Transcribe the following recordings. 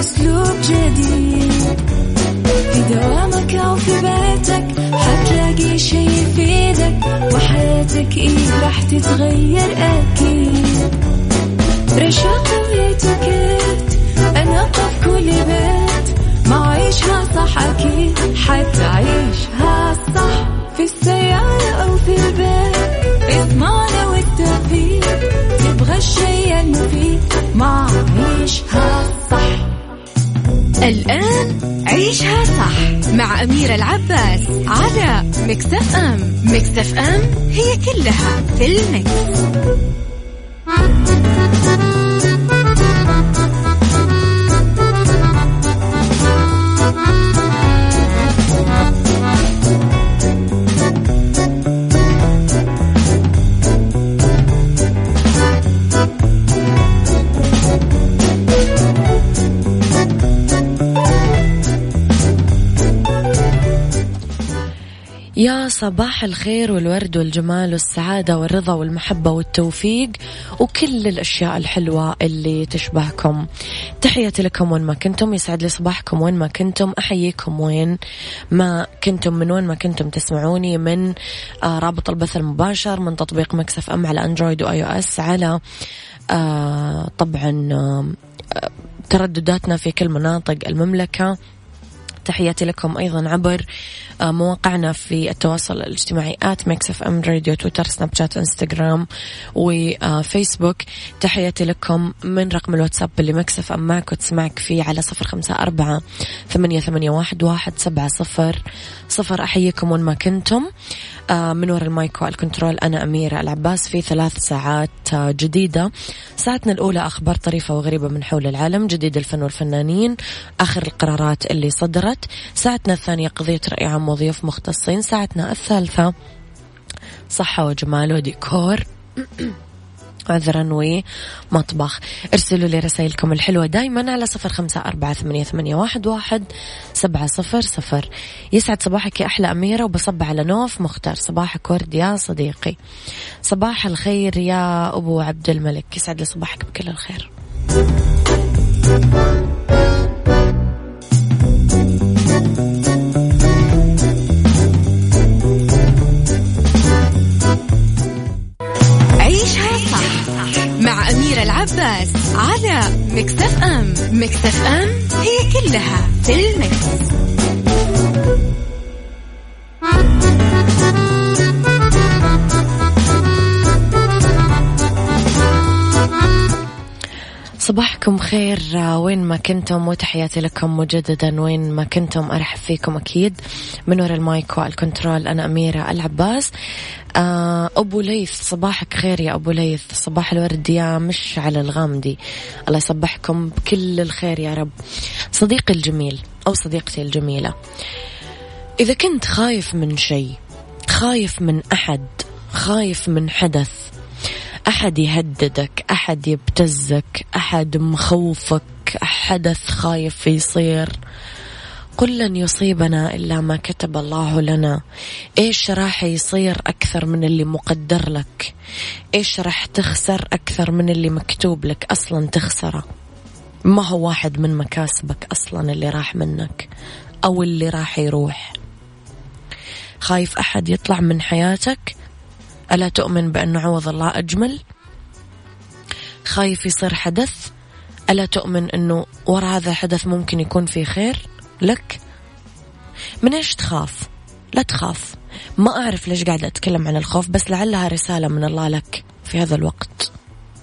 بأسلوب جديد. في دوامك أو في بيتك حتلاقي شي يفيدك، وحياتك إيه راح تتغير أكيد. رشاق ويتوكيت أنا قف كل بيت، ما عيشها صح أكيد حتعيشها صح. في السيارة أو في البيت اسمعنا والتوفيق، تبغى الشيء المفيد ما عيشها صح. الآن عيشها صح مع أميرة العباس على ميكس اف ام. ميكس اف ام هي كلها في الميكس. يا صباح الخير والورد والجمال والسعادة والرضا والمحبة والتوفيق وكل الأشياء الحلوة اللي تشبهكم. تحياتي لكم وين ما كنتم، يسعد لي صباحكم وين ما كنتم، أحييكم وين ما كنتم، من وين ما كنتم تسمعوني، من رابط البث المباشر من تطبيق ميكس اف ام على أندرويد وآي أو إس، على طبعا تردداتنا في كل مناطق المملكة. تحياتي لكم أيضا عبر مواقعنا في التواصل الاجتماعي @mixfm راديو، تويتر، سناب شات، انستغرام وفيسبوك. تحياتي لكم من رقم الواتساب اللي مكسف أم معك وتسمعك فيه على 0548811700. أحييكم وين ما كنتم. من وراء المايك والكنترول أنا أميرة العباس في 3 ساعات جديدة. ساعتنا الأولى أخبار طريفة وغريبة من حول العالم، جديد الفن والفنانين، آخر القرارات اللي صدرت. ساعتنا الثانية قضية رأي عام وضيوف مختصين. ساعتنا الثالثة صحة وجمال وديكور عذرا ومطبخ. ارسلوا لي رسائلكم الحلوة دايما على 0548811700. يسعد صباحك يا أحلى أميرة، وبصب على نوف مختار. صباحك ورد يا صديقي. صباح الخير يا أبو عبد الملك، يسعد لي صباحك بكل الخير. عيشها صح مع أميرة العباس على ميكس اف ام. ميكس اف ام هي كلها في الميكس. صباحكم خير وين ما كنتم، وتحياتي لكم مجددا وين ما كنتم. أرحب فيكم أكيد من وراء المايك والكنترول أنا أميرة العباس. أبو ليث صباحك خير يا أبو ليث، صباح الورد يا مش على الغامدي، الله يصبحكم بكل الخير يا رب. صديقي الجميل أو صديقتي الجميلة، إذا كنت خايف من شيء، خايف من أحد، خايف من حدث، أحد يهددك، أحد يبتزك، أحد مخوفك، حدث خايف يصير، قل لن يصيبنا إلا ما كتب الله لنا. إيش راح يصير أكثر من اللي مقدر لك؟ إيش راح تخسر أكثر من اللي مكتوب لك أصلا تخسره؟ ما هو واحد من مكاسبك أصلا اللي راح منك أو اللي راح يروح. خايف أحد يطلع من حياتك، ألا تؤمن بأن عوض الله أجمل؟ خايف يصير حدث، ألا تؤمن أنه وراء هذا الحدث ممكن يكون فيه خير لك؟ من إيش تخاف؟ لا تخاف. ما أعرف ليش قاعدة أتكلم عن الخوف، بس لعلها رسالة من الله لك في هذا الوقت.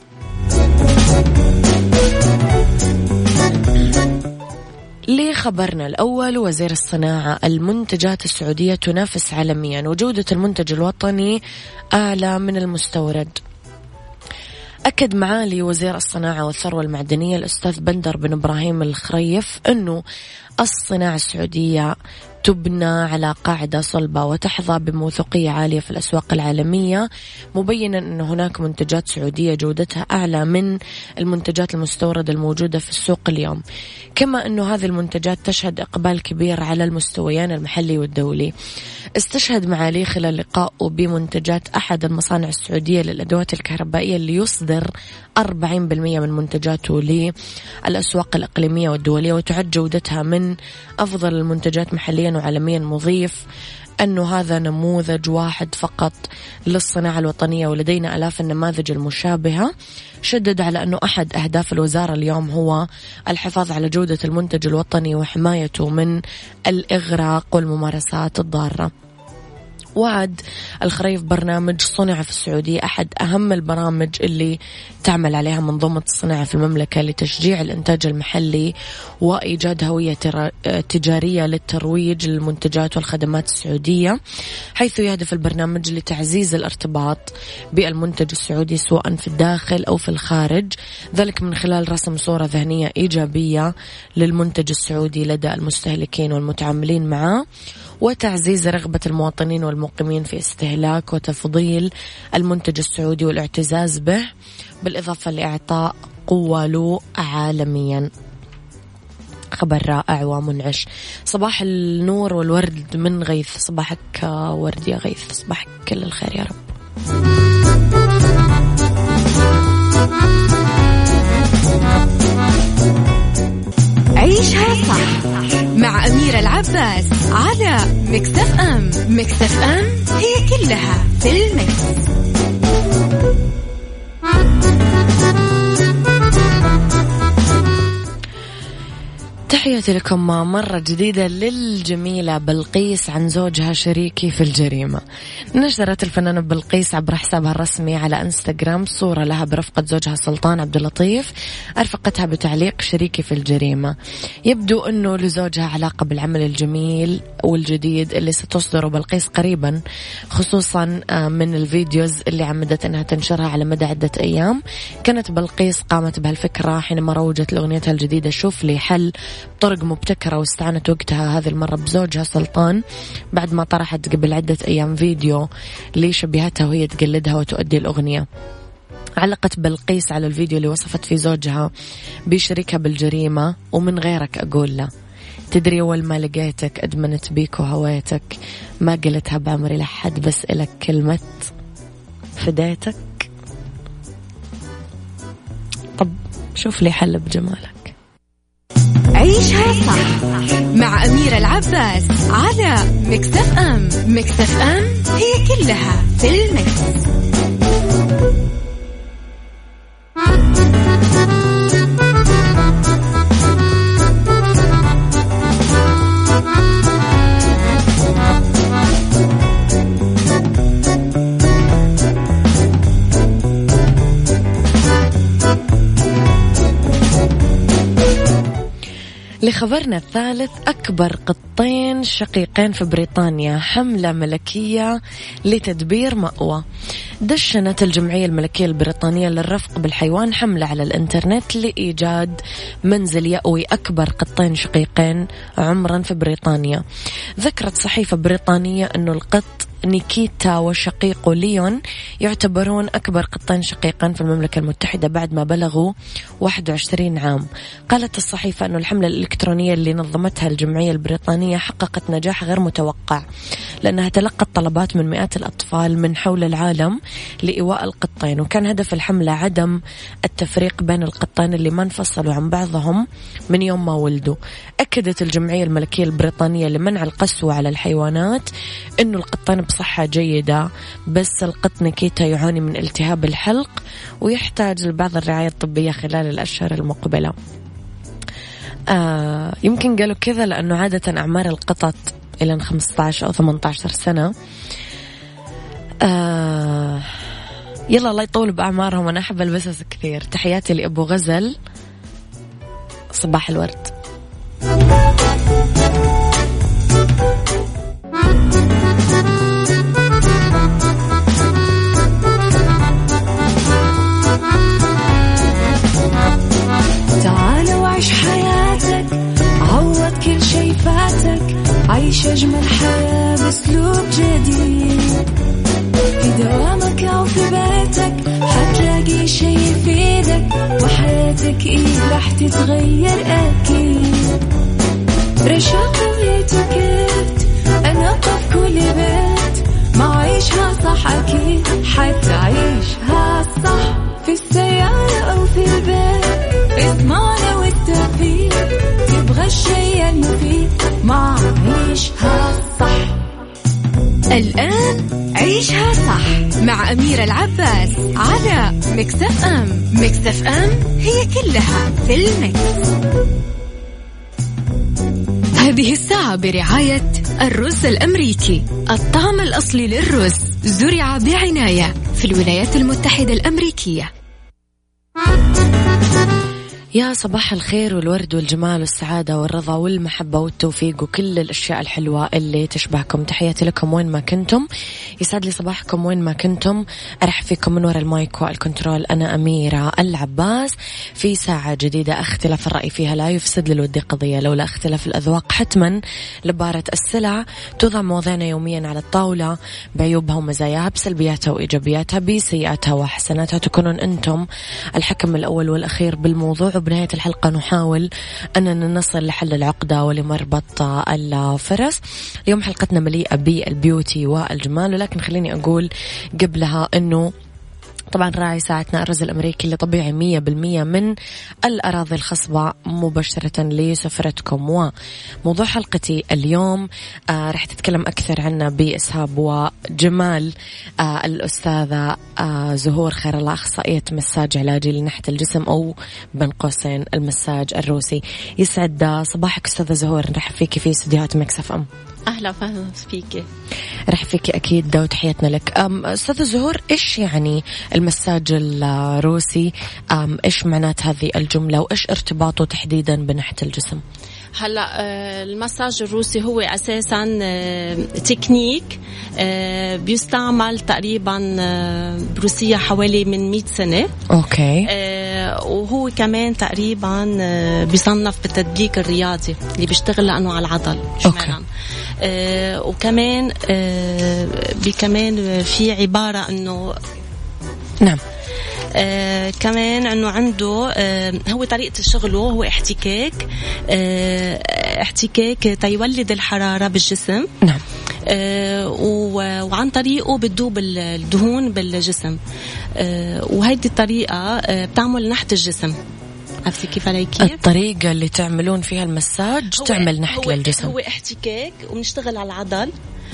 لخبرنا الأول، وزير الصناعة، المنتجات السعودية تنافس عالميا وجودة المنتج الوطني أعلى من المستورد. أكد معالي وزير الصناعة والثروة المعدنية الأستاذ بندر بن إبراهيم الخريف أنه الصناعة السعودية تبنى على قاعدة صلبة وتحظى بموثوقية عالية في الأسواق العالمية، مبينا أن هناك منتجات سعودية جودتها أعلى من المنتجات المستوردة الموجودة في السوق اليوم. كما أنه هذه المنتجات تشهد إقبال كبير على المستويين المحلي والدولي. استشهد معالي خلال لقائه بمنتجات أحد المصانع السعودية للأدوات الكهربائية اللي يصدر 40% من منتجاته للأسواق الإقليمية والدولية، وتعد جودتها من أفضل المنتجات محليا وعالميا، مضيف أنه هذا نموذج واحد فقط للصناعة الوطنية ولدينا آلاف النماذج المشابهة. شدد على أنه أحد أهداف الوزارة اليوم هو الحفاظ على جودة المنتج الوطني وحمايته من الإغراق والممارسات الضارة. وعد الخريف برنامج صنع في السعودية، أحد أهم البرامج اللي تعمل عليها منظومة الصناعة في المملكة لتشجيع الإنتاج المحلي وإيجاد هوية تجارية للترويج للمنتجات والخدمات السعودية، حيث يهدف البرنامج لتعزيز الارتباط بالمنتج السعودي سواء في الداخل أو في الخارج، ذلك من خلال رسم صورة ذهنية إيجابية للمنتج السعودي لدى المستهلكين والمتعاملين معه، وتعزيز رغبة المواطنين والمقيمين في استهلاك وتفضيل المنتج السعودي والاعتزاز به، بالإضافة لإعطاء قوة له عالميا. خبر رائع ومنعش. صباح النور والورد من غيث. صباحك ورد يا غيث، صباحك كل الخير يا رب. عيشها صح مع أميرة العباس على ميكس اف ام. ميكس اف ام هي كلها في الميكس. تحياتي لكم مرة جديدة للجميلة بلقيس عن زوجها شريكي في الجريمة. نشرت الفنانة بلقيس عبر حسابها الرسمي على انستغرام صورة لها برفقة زوجها سلطان عبد اللطيف، أرفقتها بتعليق شريكي في الجريمة. يبدو أنه لزوجها علاقة بالعمل الجميل والجديد اللي ستصدره بلقيس قريبا، خصوصا من الفيديوز اللي عمدت أنها تنشرها على مدى عدة أيام. كانت بلقيس قامت بهالفكرة حينما روجت لأغنيتها الجديدة شوف لي حل بطرق مبتكرة، واستعانت وقتها هذه المرة بزوجها سلطان بعد ما طرحت قبل عدة أيام فيديو لشبيهتها وهي تقلدها وتؤدي الأغنية. علقت بلقيس على الفيديو اللي وصفت فيه زوجها بشريكها بالجريمة: ومن غيرك أقول له، تدري أول ما لقيتك أدمنت بيك وهويتك، ما قلتها بعمري لحد بس إلك كلمة فديتك. طب شوف لي حل بجمالك. عيشها صح مع أميرة العباس على ميكس اف ام. ميكس اف ام هي كلها في الميكس. لخبرنا الثالث، أكبر قطين شقيقين في بريطانيا، حملة ملكية لتدبير مأوى. دشنت الجمعية الملكية البريطانية للرفق بالحيوان حملة على الإنترنت لإيجاد منزل يأوي أكبر قطين شقيقين عمرا في بريطانيا. ذكرت صحيفة بريطانية أنه القط نيكيتا وشقيقه ليون يعتبرون أكبر قطين شقيقين في المملكة المتحدة بعد ما بلغوا 21 عام. قالت الصحيفة أنه الحملة الإلكترونية اللي نظمتها الجمعية البريطانية حققت نجاح غير متوقع، لأنها تلقت طلبات من مئات الأطفال من حول العالم لإيواء القطين، وكان هدف الحملة عدم التفريق بين القطين اللي ما انفصلوا عن بعضهم من يوم ما ولدوا. أكدت الجمعية الملكية البريطانية لمنع القسوة على الحيوانات أنه القطين بصحة جيدة، بس القط نيكيتا يعاني من التهاب الحلق ويحتاج لبعض الرعاية الطبية خلال الأشهر المقبلة. يمكن قالوا كذا لأنه عادة أعمار القطط إلى 15 أو 18 سنة. يلا الله يطول بأعمارهم، أنا أحب البسس كثير. تحياتي لأبو غزل، صباح الورد. تعال وعيش حياتك، عوض كل شي فاتك، عيش أجمل حياة بأسلوب جديد. في دوامك أو في بيتك حتلاقي شي يفيدك، وحياتك إيه راح تتغير أكيد. مع عيشها صح. الآن عيشها صح مع أميرة العباس على ميكس اف ام. ميكس اف ام هي كلها في الميكس. هذه الساعة برعاية الرز الأمريكي، الطعم الأصلي للرز، زرع بعناية في الولايات المتحدة الأمريكية. يا صباح الخير والورد والجمال والسعادة والرضا والمحبة والتوفيق وكل الأشياء الحلوة اللي تشبهكم. تحياتي لكم وين ما كنتم، يسعد لي صباحكم وين ما كنتم. أرحب فيكم من وراء المايك والكنترول، أنا أميرة العباس في ساعة جديدة. اختلاف الرأي فيها لا يفسد للود قضية، لولا اختلاف الأذواق حتما لبارة السلع. توضع مواضيعنا يوميا على الطاولة بعيوبها ومزاياها، بسلبياتها وإيجابياتها، بسيئاتها وحسناتها. تكونون أنتم الحكم الأول والأخير بالموضوع، وبنهاية الحلقة نحاول أننا نصل لحل العقدة ولمربط الفرس. اليوم حلقتنا مليئة بالبيوتي والجمال، ولكن خليني أقول قبلها أنه طبعا راعي ساعتنا الرز الأمريكي اللي طبيعي 100% من الأراضي الخصبة مباشرة لسفرتكم. وموضوع حلقتي اليوم رح تتكلم أكثر عنه بإسهاب وجمال الأستاذة زهور خير الله، أخصائية مساج علاجي لنحت الجسم أو بين قوسين المساج الروسي. يسعد صباحك أستاذة زهور، نرحب فيكي في استديوهات ميكس اف ام. أهلا وسهلا فيكي. رح فيكي أكيد وتحياتنا لك. أستاذة زهور، إيش يعني المساج الروسي؟ إيش معنات هذه الجملة وإيش ارتباطه تحديدا بنحت الجسم؟ هلا المساج الروسي هو أساسا تكنيك بيستعمل تقريبا بروسيا حوالي من 100 سنة. أوكي. وهو كمان تقريبا بيصنف بالتدليك الرياضي اللي بيشتغل لأنه على العضل. أوكي. وكمان كمان في عبارة إنه نعم كمان انه عنده هو طريقة شغله هو احتكاك تيولد الحرارة بالجسم. نعم. وعن طريقه بتذوب الدهون بالجسم، وهيدي الطريقة بتعمل نحت الجسم. عرفتي كيف علي كيف؟ الطريقة اللي تعملون فيها المساج تعمل نحت للجسم. هو احتكاك وبنشتغل على العضل،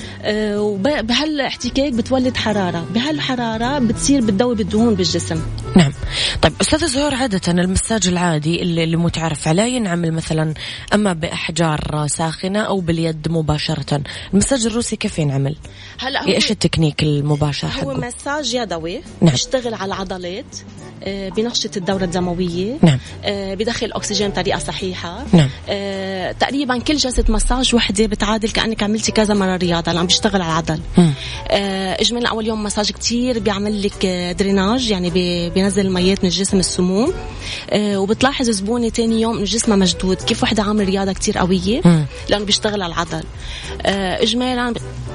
وبهالاحتكاك بتولد حرارة، بهالحرارة بتصير بتذوب الدهون بالجسم. نعم. طيب أستاذة زهور، عادة المساج العادي اللي متعرف عليه ينعمل مثلا أما بأحجار ساخنة أو باليد مباشرة. المساج الروسي كيف ينعمل؟ هلا إيش التكنيك المباشر حقه؟ هو مساج يدوي. نعم. بيشتغل على العضلات، بنشط الدورة الدموية. نعم. بدخل أكسجين بطريقة صحيحة. نعم. تقريبا كل جلسة مساج وحدة بتعادل كأنك عملتي كذا مرة رياضة، لأن بيشتغل على العضل. إجمالا أول يوم مساج كتير بيعمل لك دريناج، يعني بينزل الميات من الجسم السموم. وبتلاحظ زبوني تاني يوم إنه جسمه مشدود، كيف وحدة عامل رياضة كتير قوية لأنه بيشتغل على العضل. إجمالا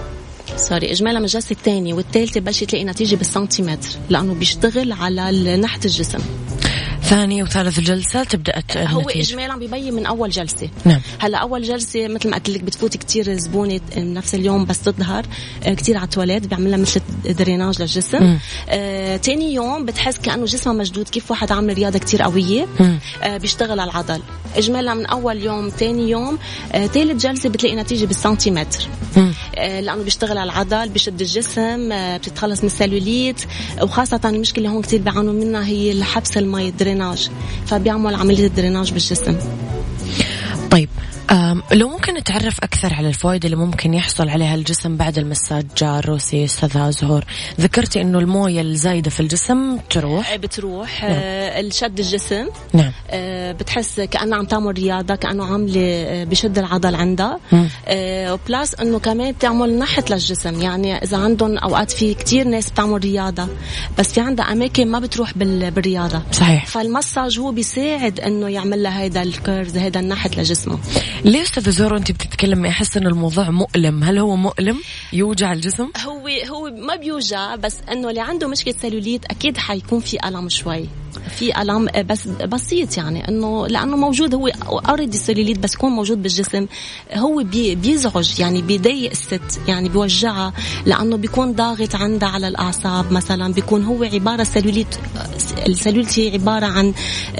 من الجلسة الثانية والثالثة بلش تلاقي نتيجة بالسنتيمتر، لأنه بيشتغل على نحت الجسم. ثاني وثالث جلسة تبدأ هو إجمالا بيبين من أول جلسة. نعم. هلا أول جلسة مثل ما قلت لك بتفوت كتير زبونة نفس اليوم، بس تظهر كتير على التواليت بيعملها مثل دريناج للجسم. تاني يوم بتحس كأنه جسمه مشدود، كيف واحد عامل رياضة كتير قوية بيشتغل على العضل. إجمالا من أول يوم تاني يوم ثالث جلسة بتلاقي نتيجة بالسنتيمتر، لأنه بيشتغل على العضل، بيشد الجسم، بتتخلص من السلوليت. وخاصة المشكلة هون كتير بيعانوا منها هي الحبس المي، الدريناج، فبيعمل عملية الدريناج بالجسم. طيب لو ممكن نتعرف أكثر على الفوائد اللي ممكن يحصل عليها الجسم بعد المساج الروسي. أستاذة زهور، ذكرتي إنه الموية الزايدة في الجسم بتروح. نعم. الشد الجسم. نعم. بتحس كأنه عم تعمل رياضة، كأنه عاملة بشد العضل عندها. وبلاس إنه كمان بتعمل نحت للجسم، يعني إذا عندهم أوقات في كتير ناس بتعمل رياضة بس في عندها أماكن ما بتروح بالرياضة. صحيح. فالمساج هو بيساعد إنه يعمل لها هيدا الكيرز، هيدا النحت لجسمه. ليه أستاذة زهور أنت بتتكلمي أحس إن الموضوع مؤلم؟ هل هو مؤلم يوجع الجسم؟ هو ما بيوجع، بس إنه اللي عنده مشكلة سلوليت أكيد حيكون في ألم شوي. في ألم بس بسيط، يعني إنه لأنه موجود هو أوريدي السلوليت، بس يكون موجود بالجسم هو بيزعج، يعني بيضايق الست، يعني بيوجعها لأنه بيكون ضاغط عندها على الأعصاب مثلا. بيكون هو عبارة السلوليت هي عبارة عن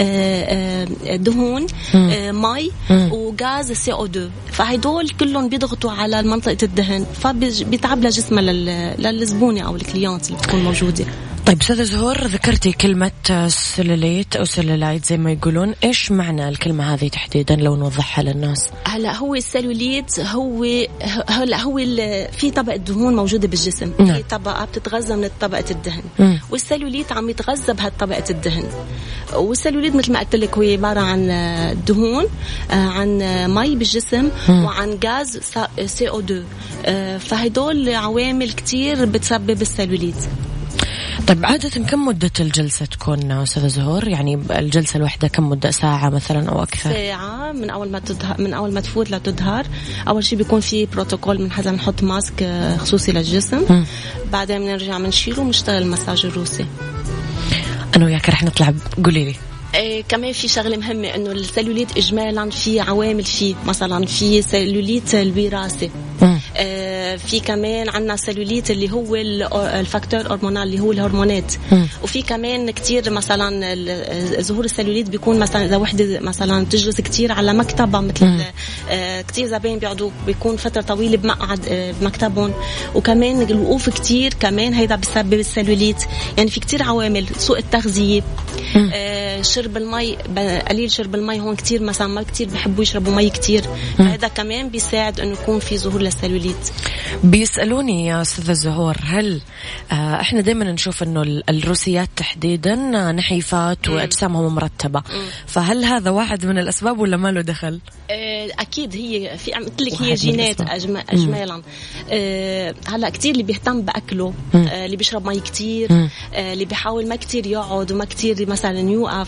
دهون، مي وغاز CO2، فهيدول كلهم بيضغطوا على منطقة الدهن، فبيتعب لها جسمها للزبونة أو الكليانت اللي بتكون موجودة. طيب أستاذة زهور، ذكرتي كلمة سلوليت أو سلولايت زي ما يقولون، إيش معنى الكلمة هذه تحديدا لو نوضحها للناس؟ هلا هو السلوليت هو في طبقة دهون موجودة بالجسم، في طبقة بتتغذى من طبقة الدهن، والسلوليت عم يتغذى بهالطبقة الدهن. والسلوليت مثل ما قلت لك هو عبارة عن دهون، عن مي بالجسم، وعن غاز CO2، فهدول عوامل كتير بتسبب السلوليت. طيب عادة كم مدة الجلسة تكون أستاذة زهور؟ يعني الجلسة الواحدة كم مدة، ساعة مثلا أو أكثر؟ ساعة من أول ما تفوت لتظهر. أول شيء بيكون في بروتوكول، من حدا نحط ماسك خصوصي للجسم، بعدين بنرجع بنشيله ونشتغل المساج الروسي. أنا وياك رح نطلع، قولي لي. كمان في شغلة مهمة، إنه السلوليت إجمالا في عوامل، فيه مثلا في سلوليت الوراثة، في كمان عنا سلوليت اللي هو الفاكتور هرمونال اللي هو الهرمونات، وفي كمان كتير مثلا ظهور السلوليت بيكون مثلا إذا وحدة مثلا تجلس كتير على مكتبة، مثل كتير زبائن بيقعدوا بيكون فترة طويلة بمقعد بمكتبهم، وكمان الوقوف كتير كمان هيدا بسبب السلوليت. يعني في كتير عوامل، سوء التغذية، شرب المي، قليل شرب المي، هون كتير مثلا ما كتير بيحبوا يشربوا مي كتير، فهذا كمان بيساعد انه يكون في ظهور للسلوليت. بيسألوني يا أستاذة زهور، هل احنا دايما نشوف انه الروسيات تحديدا نحيفات واجسامهم مرتبة، فهل هذا واحد من الاسباب ولا ما له دخل؟ اكيد هي في مثل لك هي جينات اجمالا. هلا كتير اللي بيهتم باكله، اللي بيشرب مي كتير، اللي بيحاول ما كتير يقعد وما كتير مثلا يوقف،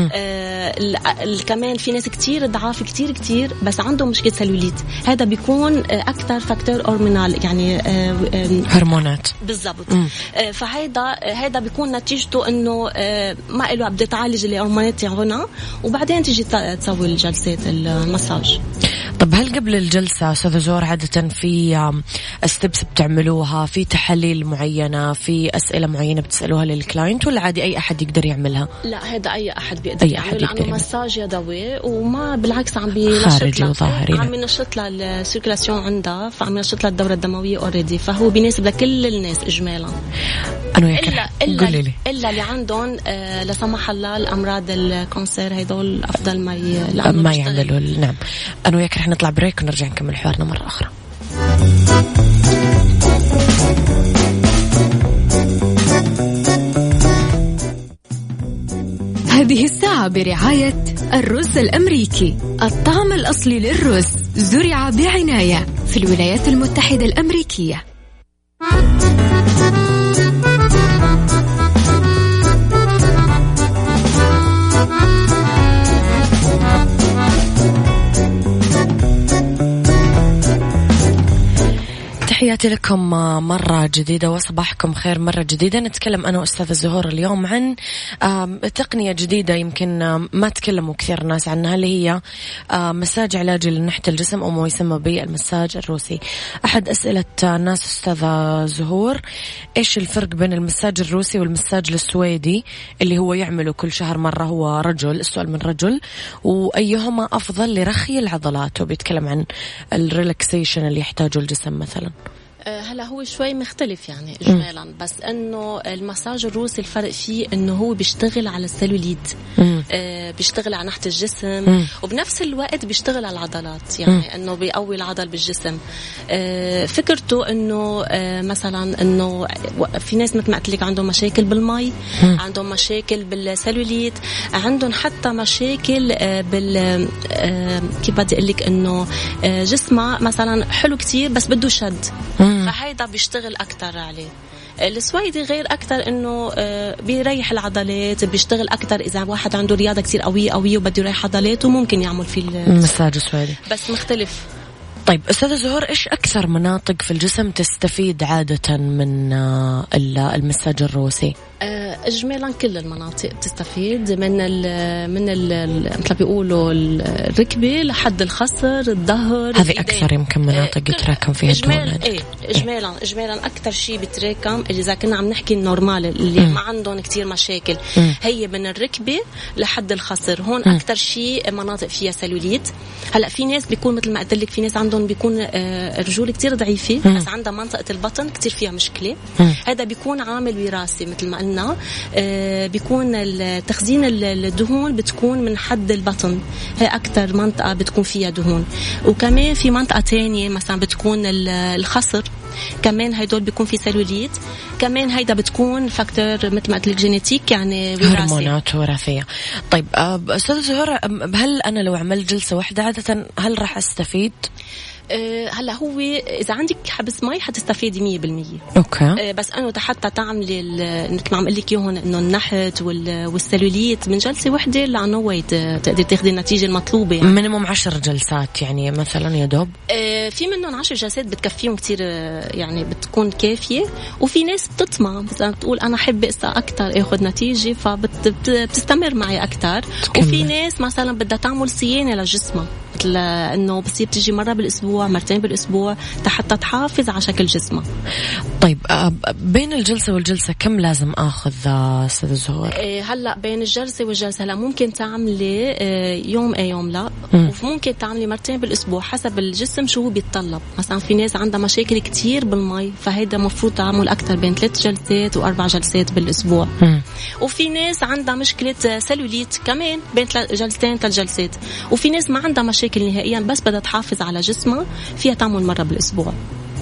كمان في ناس كتير ضعاف كتير بس عندهم مشكلة سلوليت، هذا بيكون اكثر فاكتور هرمونال، يعني هرمونات بالضبط. فهذا بيكون نتيجته انه ما له بدها تعالج الهرمونات هنا، وبعدين تيجي تسوي الجلسات المساج. طب هل قبل الجلسة أستاذة زهور عادة في ستيبس بتعملوها، في تحاليل معينة، في أسئلة معينة بتسألوها للكلاينت، ولا عادي أي أحد يقدر يعملها؟ لا، هذا أي أحد بيقدر يعمل، لأنه مساج يدوي، وما بالعكس عم بينشط لها السيركلاسيون عندها، فعم ينشط لها الدورة الدموية أوريدي، فهو بيناسب لكل الناس إجمالا. أنا وياك إلا اللي عندهم لا سمح الله الأمراض الكانسر، هيدول أفضل ما يعملوا. نعم. أنا وياك رح نطلع بريك ونرجع نكمل حوارنا مرة أخرى. هذه الساعة برعاية الرز الأمريكي، الطعم الأصلي للرز، زرع بعناية في الولايات المتحدة الأمريكية. تحياتي لكم مرة جديدة وصباحكم خير مرة جديدة. نتكلم أنا وأستاذة زهور اليوم عن تقنية جديدة يمكن ما تكلموا كثير ناس عنها، اللي هي مساج علاجي لنحت الجسم أو ما يسمى بالمساج الروسي. أحد أسئلة الناس أستاذة زهور، إيش الفرق بين المساج الروسي والمساج السويدي اللي هو يعمله كل شهر مرة؟ هو رجل، السؤال من رجل، وأيهما أفضل لرخي العضلات؟ وبيتكلم عن الريلاكسيشن اللي يحتاجه الجسم مثلا. هلا هو شوي مختلف يعني إجمالا، بس إنه المساج الروسي الفرق فيه إنه هو بيشتغل على السلوليت، بيشتغل على نحت الجسم، وبنفس الوقت بيشتغل على العضلات، يعني إنه بيقوي العضل بالجسم. فكرته إنه مثلا إنه في ناس مثل ما قلت لك عندهم مشاكل بالمي، عندهم مشاكل بالسلوليت، عندهم حتى مشاكل كيف بدي أقول لك، إنه جسمه مثلا حلو كتير بس بده شد، فهيدا بيشتغل أكتر عليه. السويدي غير أكتر إنه بيريح العضلات، بيشتغل أكتر إذا واحد عنده رياضة كتير قوية وبده يريح عضلاته ممكن يعمل فيه المساج السويدي، بس مختلف. طيب أستاذة زهور، إيش أكثر مناطق في الجسم تستفيد عادة من المساج الروسي؟ اجمالا كل المناطق تستفيد من مثل بيقولوا الركبه لحد الخصر، الظهر. هذه اكثر يمكن مناطق يتراكم فيها الدهون. اجمالا اكثر شيء بتراكم اذا كنا عم نحكي النورمال اللي ما عندهم كتير مشاكل هي من الركبه لحد الخصر. هون اكثر شيء مناطق فيها سلوليت. هلا في ناس بيكون مثل ما قلت لك، في ناس عندهم بيكون رجول كتير ضعيفه بس عندها منطقه البطن كتير فيها مشكله. هذا بيكون عامل وراثي مثل ما قلنا. بيكون تخزين الدهون بتكون من حد البطن، هي أكتر منطقة بتكون فيها دهون. وكمان في منطقة تانية مثلا بتكون الخصر، كمان هيدول بيكون في سيلوليت. كمان هيدا بتكون فاكتور مثل ما قلت لك جينيتيك، يعني وراثي، هرمونات وراثية. طيب أستاذ زهور، هل أنا لو عملت جلسة واحدة عادة هل راح أستفيد؟ هلا هو اذا عندك حبس مي حتستفيدي 100%. اوكي. بس انه حتى تعملي مثل ما عم اقول لك اياهم انه النحت والسلوليت من جلسه وحده لانه ويت تقدري تاخذي النتيجه المطلوبه. يعني مينيموم 10 جلسات يعني مثلا يا دوب. في منهم 10 جلسات بتكفيهم كتير، يعني بتكون كافيه. وفي ناس بتطمع مثلا بتقول انا حب اكثر اخذ نتيجه فبتستمر معي اكثر. وفي ناس مثلا بدها تعمل صيانه لجسمها، مثل انه بصير تيجي مره بالاسبوع مرتين بالاسبوع حتى تحافظ على شكل جسمها. طيب بين الجلسه والجلسه كم لازم اخذ استاذ زهور؟ هلا بين الجلسه والجلسه هلا ممكن تعملي يوم يوم لا، وممكن تعملي مرتين بالاسبوع حسب الجسم شو بيتطلب. مثلا في ناس عندها مشاكل كتير بالمي، فهيدا مفروض تعمل اكثر بين 3 جلسات و4 جلسات بالاسبوع. وفي ناس عندها مشكله سلوليت كمان بين جلستين 3 جلسات. وفي ناس ما عندها مشاكل نهائيا بس بدها تحافظ على جسمها، فيها تعمل مرة بالأسبوع.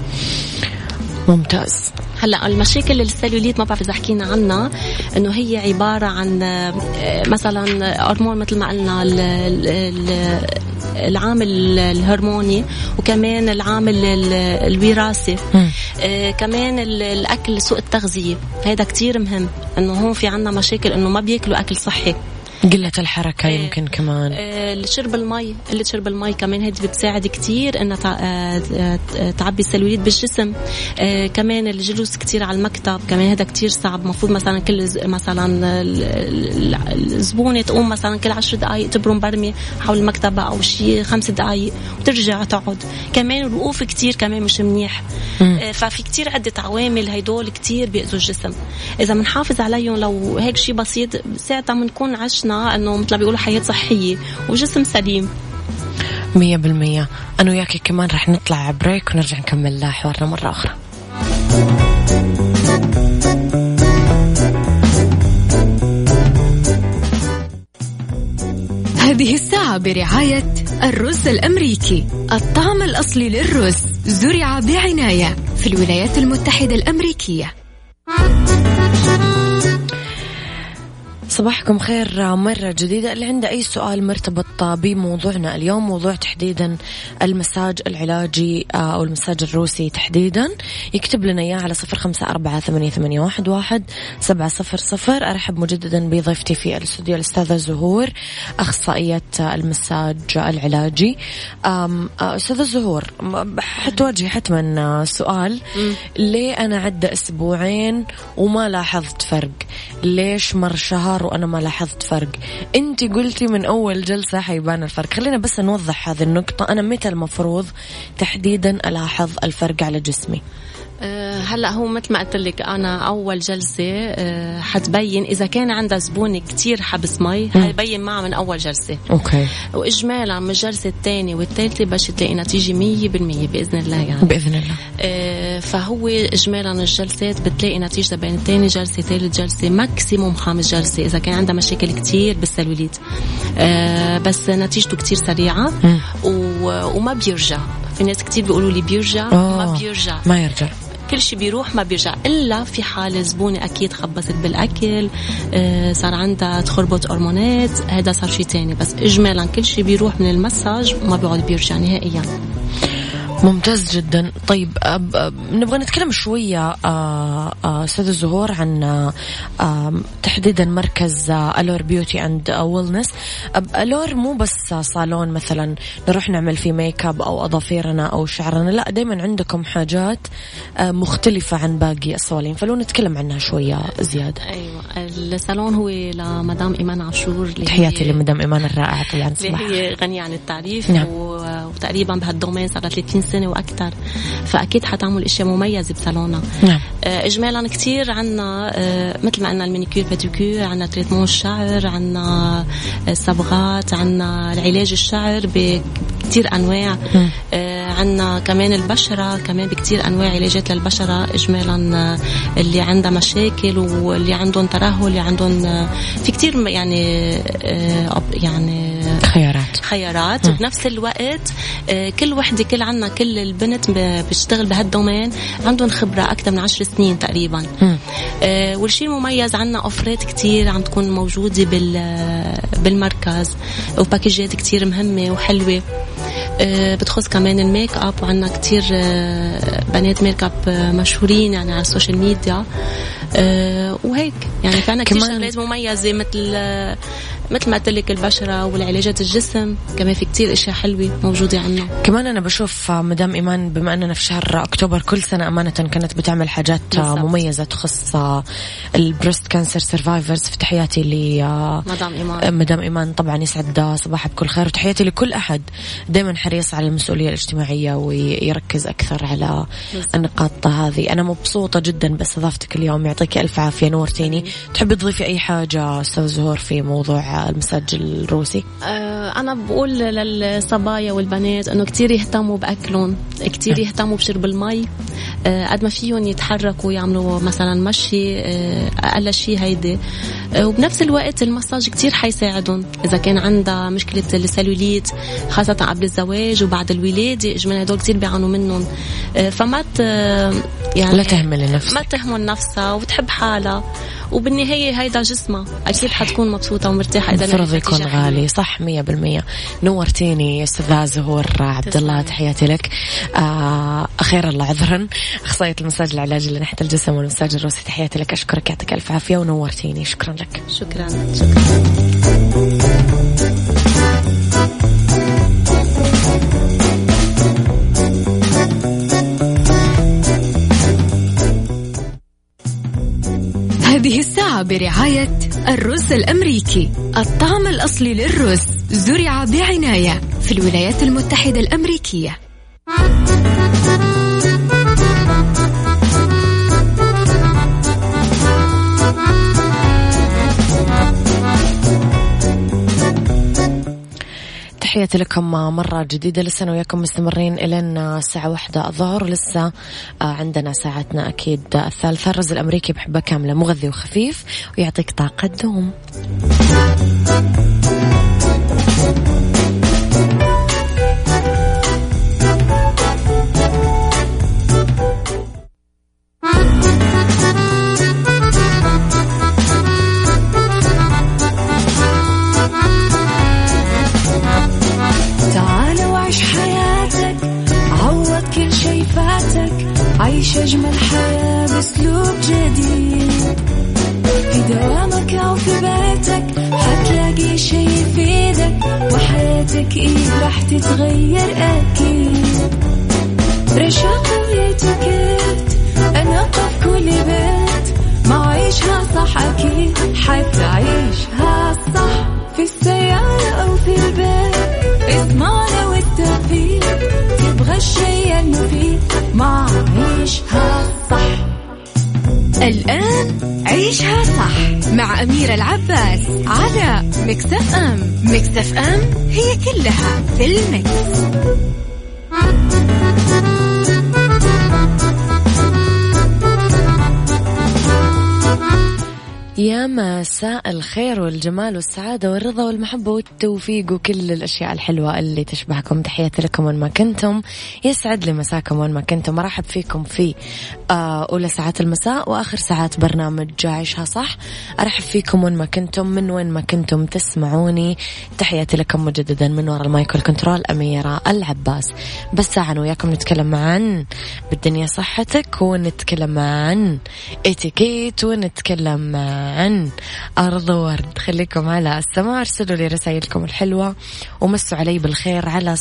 ممتاز. هلا المشاكل السلوليت ما بعرف إذا حكينا عنها، إنه هي عبارة عن مثلا هرمون مثل ما قلنا العامل الهرموني، وكمان العامل الوراثي، كمان الأكل سوء التغذية. هذا كتير مهم، إنه هون في عنا مشاكل إنه ما بياكلوا أكل صحي. قلة الحركة يمكن كمان. شرب المي، قلة شرب المي كمان هذه بتساعد كتير إنها تعبي السلوليت بالجسم. كمان الجلوس كتير على المكتب كمان هذا كتير صعب. مفروض مثلا مثلا الزبونة تقوم مثلا كل 10 دقايق تبرم برمي حول المكتبة أو شيء 5 دقايق وترجع تقعد. كمان الوقوف كتير كمان مش منيح. ففي كتير عدة عوامل هيدول كتير بيأذوا الجسم. إذا منحافظ عليهم لو هيك شيء بسيط ساعتها منكون عشنا أنه مثل بيقولوا حياة صحية وجسم سليم 100%. أنا وياكي كمان رح نطلع بريك ونرجع نكمل حوارنا مرة أخرى. هذه الساعة برعاية الرز الأمريكي، الطعم الأصلي للرز، زرع بعناية في الولايات المتحدة الأمريكية. صباحكم خير مرة جديدة. اللي عنده أي سؤال مرتبط بموضوعنا اليوم، موضوع تحديدا المساج العلاجي أو المساج الروسي تحديدا، يكتب لنا إياه على 0548811700. أرحب مجددا بضيفتي في الاستوديو الأستاذة زهور، أخصائية المساج العلاجي. أستاذة زهور، حتواجهي حتما سؤال، ليه أنا عدة أسبوعين وما لاحظت فرق؟ ليش مر شهر وأنا ما لاحظت فرق؟ أنتي قلتي من أول جلسة حيبان الفرق. خلينا بس نوضح هذه النقطة. أنا متى المفروض تحديدا ألاحظ الفرق على جسمي؟ هلا هو مثل ما قلت لك أنا أول جلسة حتبين إذا كان عندها زبونة كتير حبس مي، حيبين معها من أول جلسة. أوكي. وإجمالا من الجلسة الثانية والثالثة باش تلاقي نتيجة 100% بإذن الله يعني. بإذن الله. فهو إجمالا الجلسات بتلاقي نتيجة بين ثاني جلسة ثالث جلسة ماكسيموم 5 جلسة إذا كان عندها مشاكل كتير بالسلوليت. بس نتيجته كتير سريعة وما بيرجع. في ناس كتير بيقولوا لي بيرجع، ما بيرجع، ما يرجع. كل شيء بيروح ما بيرجع إلا في حال زبونة أكيد خبصت بالأكل، صار عندها تخربط هرمونات، هذا صار شيء تاني. بس إجمالا كل شيء بيروح من المساج ما بيقعد بيرجع نهائيا. ممتاز جدا. طيب نبغى نتكلم شوية أستاذ الزهور عن تحديدا مركز ألور بيوتي أند ويلنس. ألور مو بس صالون مثلا نروح نعمل فيه ميك اب أو أظافيرنا أو شعرنا، لا دايما عندكم حاجات مختلفة عن باقي الصوالين، فلو نتكلم عنها شوية زيادة. أيوة، الصالون هو لمدام إيمان عاشور. تحياتي لمدام إيمان الرائعة طبعا، صباح. هي غنية عن التعريف. نعم. وتقريبا بهالدومين صار 30 سنة وأكثر، فأكيد حتعمل إشياء مميزة بصالونها. نعم. إجمالا كتير عنا مثل ما قلنا المانيكير بيديكير، عنا تريتمون الشعر، عنا الصبغات، عنا العلاج الشعر بكتير أنواع. عنا كمان البشرة، كمان بكتير أنواع علاجات للبشرة إجمالا، اللي عندها مشاكل واللي عندهم ترهل، اللي عندهم في كتير يعني خيارات. بنفس الوقت كل وحدة كل البنت بتشتغل بهالدومين عندهم خبرة أكثر من 10 سنين تقريبا. والشيء المميز عنا أوفرات كتير عم تكون موجودة بالمركز، وباكيجات كتير مهمة وحلوة بتخص كمان الميك اب. وعنا كتير بنات ميك اب مشهورين يعني على السوشيال ميديا، وهيك يعني فعنا كتير شغلات مميزة مثل ما قلت لك البشرة والعلاجات الجسم، كمان في كتير اشياء حلوة موجودة عنا. كمان انا بشوف مدام ايمان بما اننا في شهر اكتوبر كل سنة امانة كانت بتعمل حاجات بالزبط. مميزة تخص البريست كانسر سيرفايفرز. في تحياتي مدام ايمان طبعا يسعد صباحها بكل خير، وتحياتي لكل احد دائما حريص على المسؤولية الاجتماعية ويركز اكثر على النقاط هذه. انا مبسوطة جدا باستضافتك اليوم، يعطيك الف عافية، نورتيني. تحبي تضيفي اي حاجة استاذ زهور في موضوع المساج الروسي؟ أنا بقول للصبايا والبنات إنه كتير يهتموا بأكلهم، كتير يهتموا بشرب المي، قد ما فيهم يتحركوا يعملوا مثلا مشي أقل شيء هيدا. وبنفس الوقت المساج كتير حيساعدهم إذا كان عندها مشكلة السلوليت، خاصة قبل الزواج وبعد الولادة. إجمالا هدول كتير بيعانوا منهم، فما يعني لا تهمل نفسك، ما تهمل نفسها وتحب حالها، وبالنهاية هيدا جسمها أكيد حتكون مبسوطة ومرتاحة. إذا فرض يكون غالي صح 100%. نورتيني أستاذة زهور عبد الله، تحياتي لك. أخير الله عذرا، أخصائية المساج العلاجي لناحية الجسم والمساج الروسي، تحياتي لك. أشكرك، يعطيك ألف عافية ونورتيني. شكرا لك. شكرا. هذه الساعة برعاية الرز الأمريكي، الطعم الأصلي للرز، زرع بعناية في الولايات المتحدة الأمريكية. تحياتي لكم مرة جديدة. لسه أنا وياكم مستمرين إلى الساعة 1 الظهر، ولسه عندنا ساعتنا أكيد الثالثة. الرز الأمريكي بحبة كاملة، مغذي وخفيف ويعطيك طاقة دوم. عيش أجمل حياة بأسلوب جديد، في دوامك أو في بيتك حتلاقي شي يفيدك، وحياتك إيه راح تتغير أكيد. رشاق ويتوكيت أنا قف كل بيت، ما عيشها صح أكيد حتعيشها صح، في السيارة أو في البيت اسمعنا والتوفيق، تبغى الشيء المفيد ما عيشها صح. الآن عيشها صح مع أميرة العباس على مكسف أم. مكسف أم هي كلها في المكس. يا يا مساء الخير والجمال والسعادة والرضا والمحبة والتوفيق وكل الأشياء الحلوة اللي تشبهكم. تحياتي لكم وين ما كنتم، يسعد لي مساكم وين ما كنتم. مرحب فيكم في أولى ساعات المساء وآخر ساعات برنامج عيشها صح. أرحب فيكم وين ما كنتم، من وين ما كنتم تسمعوني. تحياتي لكم مجددا من وراء المايك والكنترول أميرة العباس. بس ساعة وياكم نتكلم عن بالدنيا صحتك، ونتكلم عن اتيكيت، ونتكلم عن أرض ورد. خليكم على السماع، ارسلوا لي رسائلكم الحلوة ومسوا علي بالخير على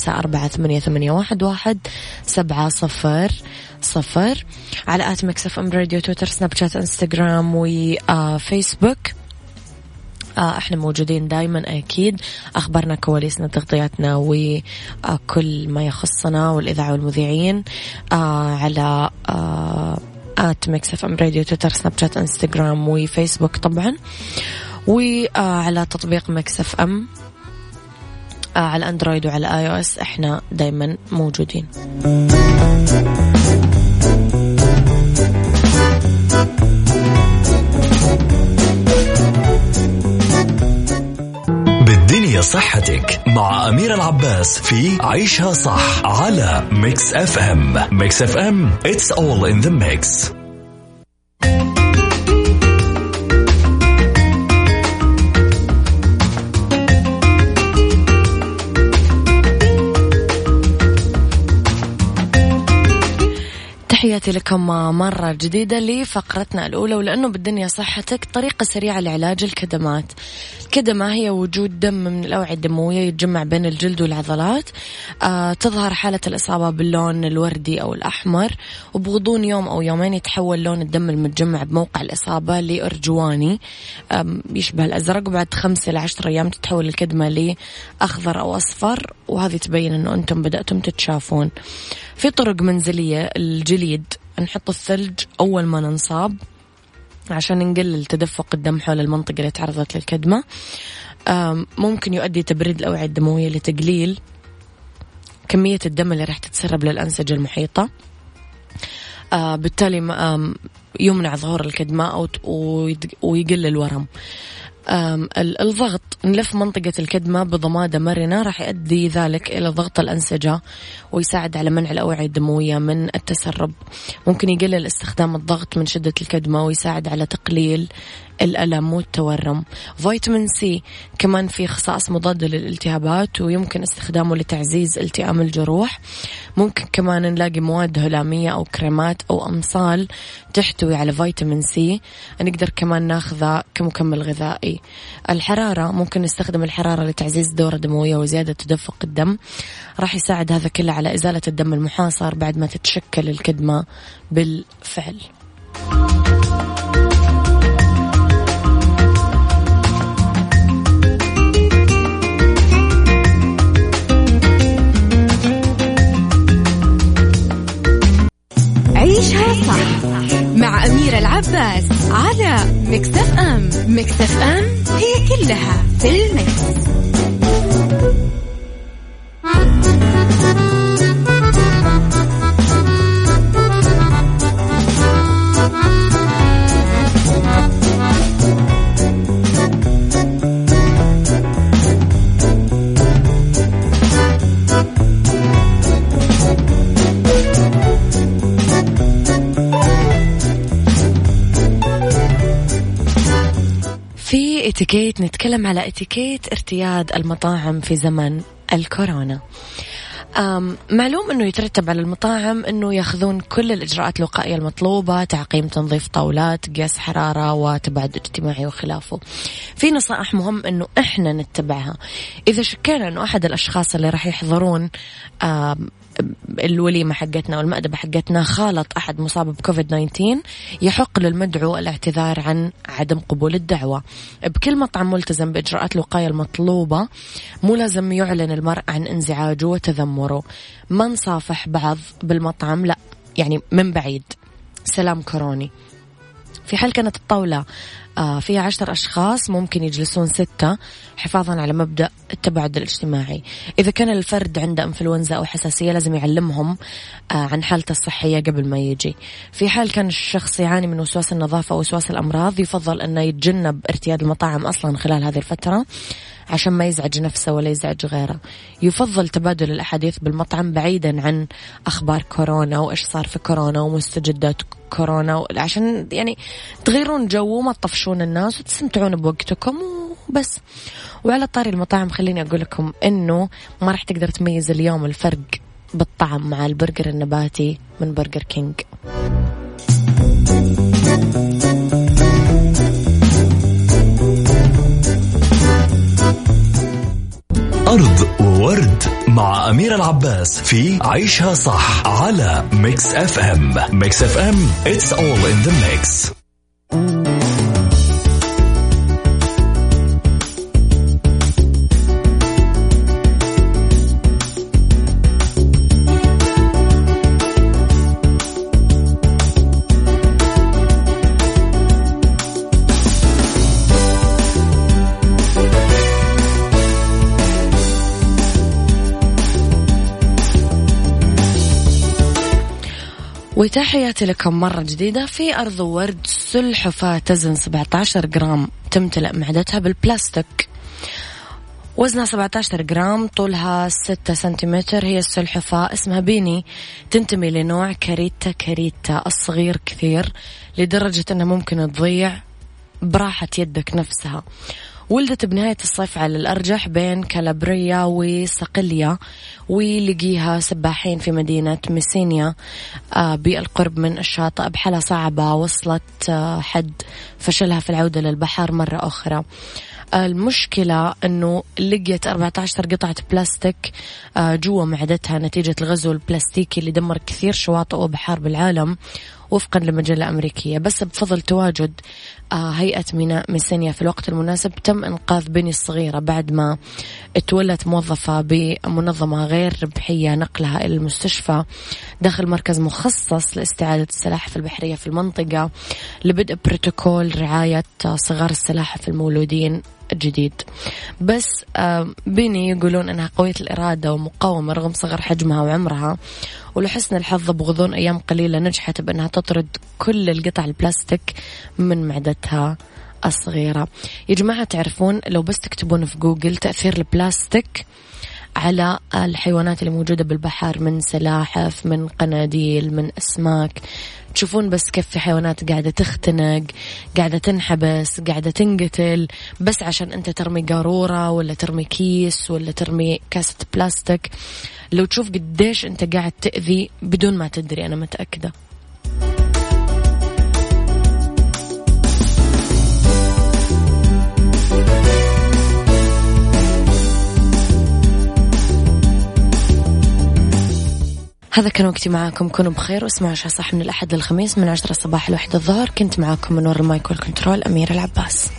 0548811700 على @مكسف أم راديو، تويتر، سناب شات، انستغرام وفيسبوك. احنا موجودين دايما أكيد. أخبارنا، كواليسنا، تغطياتنا وكل ما يخصنا والإذاعة والمذيعين على @مكسف أم راديو، تويتر، سناب شات، انستغرام وفيسبوك طبعا، وعلى تطبيق مكسف أم على أندرويد وعلى iOS. احنا دايما موجودين. بالدنيا صحتك مع أميرة العباس في عيشها صح على ميكس اف ام. ميكس اف ام it's all in the mix. تحياتي لكم مرة جديدة لفقرتنا الأولى. ولأنه بالدنيا صحتك، طريقة سريعة لعلاج الكدمات. الكدمة هي وجود دم من الأوعية الدموية يتجمع بين الجلد والعضلات. تظهر حالة الإصابة باللون الوردي أو الأحمر، وبغضون يوم أو يومين يتحول لون الدم المتجمع بموقع الإصابة لأرجواني يشبه الأزرق، وبعد 5 إلى 10 أيام تتحول الكدمة لأخضر أو أصفر، وهذه تبين أنه أنتم بدأتم تتشافون. في طرق منزلية. الجليد، نحط الثلج أول ما ننصاب عشان نقلل تدفق الدم حول المنطقة اللي تعرضت للكدمة. ممكن يؤدي تبريد الأوعية الدموية لتقليل كمية الدم اللي راح تتسرب للأنسجة المحيطة، بالتالي يمنع ظهور الكدمة ويقل الورم. الضغط، نلف منطقة الكدمة بضمادة مرنة، راح يؤدي ذلك إلى ضغط الأنسجة ويساعد على منع الأوعية الدموية من التسرب. ممكن يقلل استخدام الضغط من شدة الكدمة ويساعد على تقليل الألم والتورم. فيتامين سي كمان فيه خصائص مضادة للالتهابات، ويمكن استخدامه لتعزيز التئام الجروح. ممكن كمان نلاقي مواد هلامية أو كريمات أو أمصال تحتوي على فيتامين سي، نقدر كمان ناخذه كمكمل غذائي. الحرارة، ممكن نستخدم الحرارة لتعزيز الدورة الدموية وزيادة تدفق الدم. راح يساعد هذا كله على إزالة الدم المحاصر بعد ما تتشكل الكدمة بالفعل. عيشها صح مع أميرة العباس على ميكس اف ام. ميكس اف ام هي كلها في الميكس. اتيكيت، نتكلم على اتيكيت ارتياد المطاعم في زمن الكورونا. معلوم أنه يترتب على المطاعم أنه يأخذون كل الإجراءات الوقائية المطلوبة، تعقيم، تنظيف طاولات، قياس حرارة وتباعد اجتماعي وخلافه. في نصائح مهم أنه إحنا نتبعها. إذا شكينا أنه أحد الأشخاص اللي راح يحضرون الوليمة حقتنا والمأدبة حقتنا خالط أحد مصاب بكوفيد 19، يحق للمدعو الاعتذار عن عدم قبول الدعوة. بكل مطعم ملتزم بإجراءات الوقاية المطلوبة، مو لازم يعلن المرء عن انزعاجه وتذمره. ما نصافح بعض بالمطعم، لا، يعني من بعيد، سلام كوروني. في حال كانت الطاولة فيها 10 أشخاص ممكن يجلسون 6 حفاظا على مبدأ التباعد الاجتماعي. إذا كان الفرد عنده إنفلونزا أو حساسية لازم يعلمهم عن حالته الصحية قبل ما يجي. في حال كان الشخص يعاني من وسواس النظافة أو وسواس الأمراض يفضل أنه يتجنب ارتياد المطاعم أصلا خلال هذه الفترة عشان ما يزعج نفسه ولا يزعج غيره. يفضل تبادل الأحاديث بالمطعم بعيدا عن أخبار كورونا وإيش صار في كورونا ومستجدات كورونا، عشان يعني تغيرون جو وما تطفشون الناس وتستمتعون بوقتكم وبس. وعلى طاري المطاعم خليني أقول لكم إنه ما راح تقدر تميز اليوم الفرق بالطعم مع البرجر النباتي من برجر كينج. أرض وورد مع أميرة العباس في عيشها صح على ميكس اف ام. ميكس اف ام it's all in the mix. وتحياتي لكم مرة جديدة. في أرض ورد سلحفاة تزن 17 جرام تمتلئ معدتها بالبلاستيك، وزنها 17 جرام، طولها 6 سنتيمتر. هي السلحفاة اسمها بيني، تنتمي لنوع كاريتا الصغير كثير لدرجة أنها ممكن تضيع براحة يدك نفسها. ولدت بنهاية الصيف على الأرجح بين كالابريا وصقلية، ولقيها سباحين في مدينة ميسينيا بالقرب من الشاطئ بحالة صعبة وصلت حد فشلها في العودة للبحر مرة أخرى. المشكلة أنه لقيت 14 قطعة بلاستيك جوا معدتها نتيجة الغزو البلاستيكي اللي دمر كثير شواطئ وبحار بالعالم وفقا لمجلة أمريكية. بس بفضل تواجد هيئة ميناء ميسينيا في الوقت المناسب تم إنقاذ بني الصغيرة بعد ما تولت موظفة بمنظمة غير ربحية نقلها إلى المستشفى داخل مركز مخصص لاستعادة السلاحف البحرية في المنطقة لبدء بروتوكول رعاية صغار السلاحف المولودين الجديد. بس بيني يقولون أنها قوية الإرادة ومقاومة رغم صغر حجمها وعمرها، ولحسن الحظ بغضون أيام قليلة نجحت بأنها تطرد كل القطع البلاستيك من معدتها الصغيرة. يا جماعة تعرفون لو بس تكتبون في جوجل تأثير البلاستيك على الحيوانات اللي موجودة بالبحر من سلاحف من قناديل من أسماك، تشوفون بس كيف في حيوانات قاعدة تختنق، قاعدة تنحبس، قاعدة تنقتل بس عشان أنت ترمي قارورة ولا ترمي كيس ولا ترمي كاسة بلاستيك. لو تشوف قديش أنت قاعد تأذي بدون ما تدري، أنا متأكدة. هذا كان وقتي معاكم، كونوا بخير واسمعوا عشاء صح من الأحد للخميس من 10 الصباح ل1 الظهر. كنت معاكم من وراء المايك والكنترول أميرة العباس.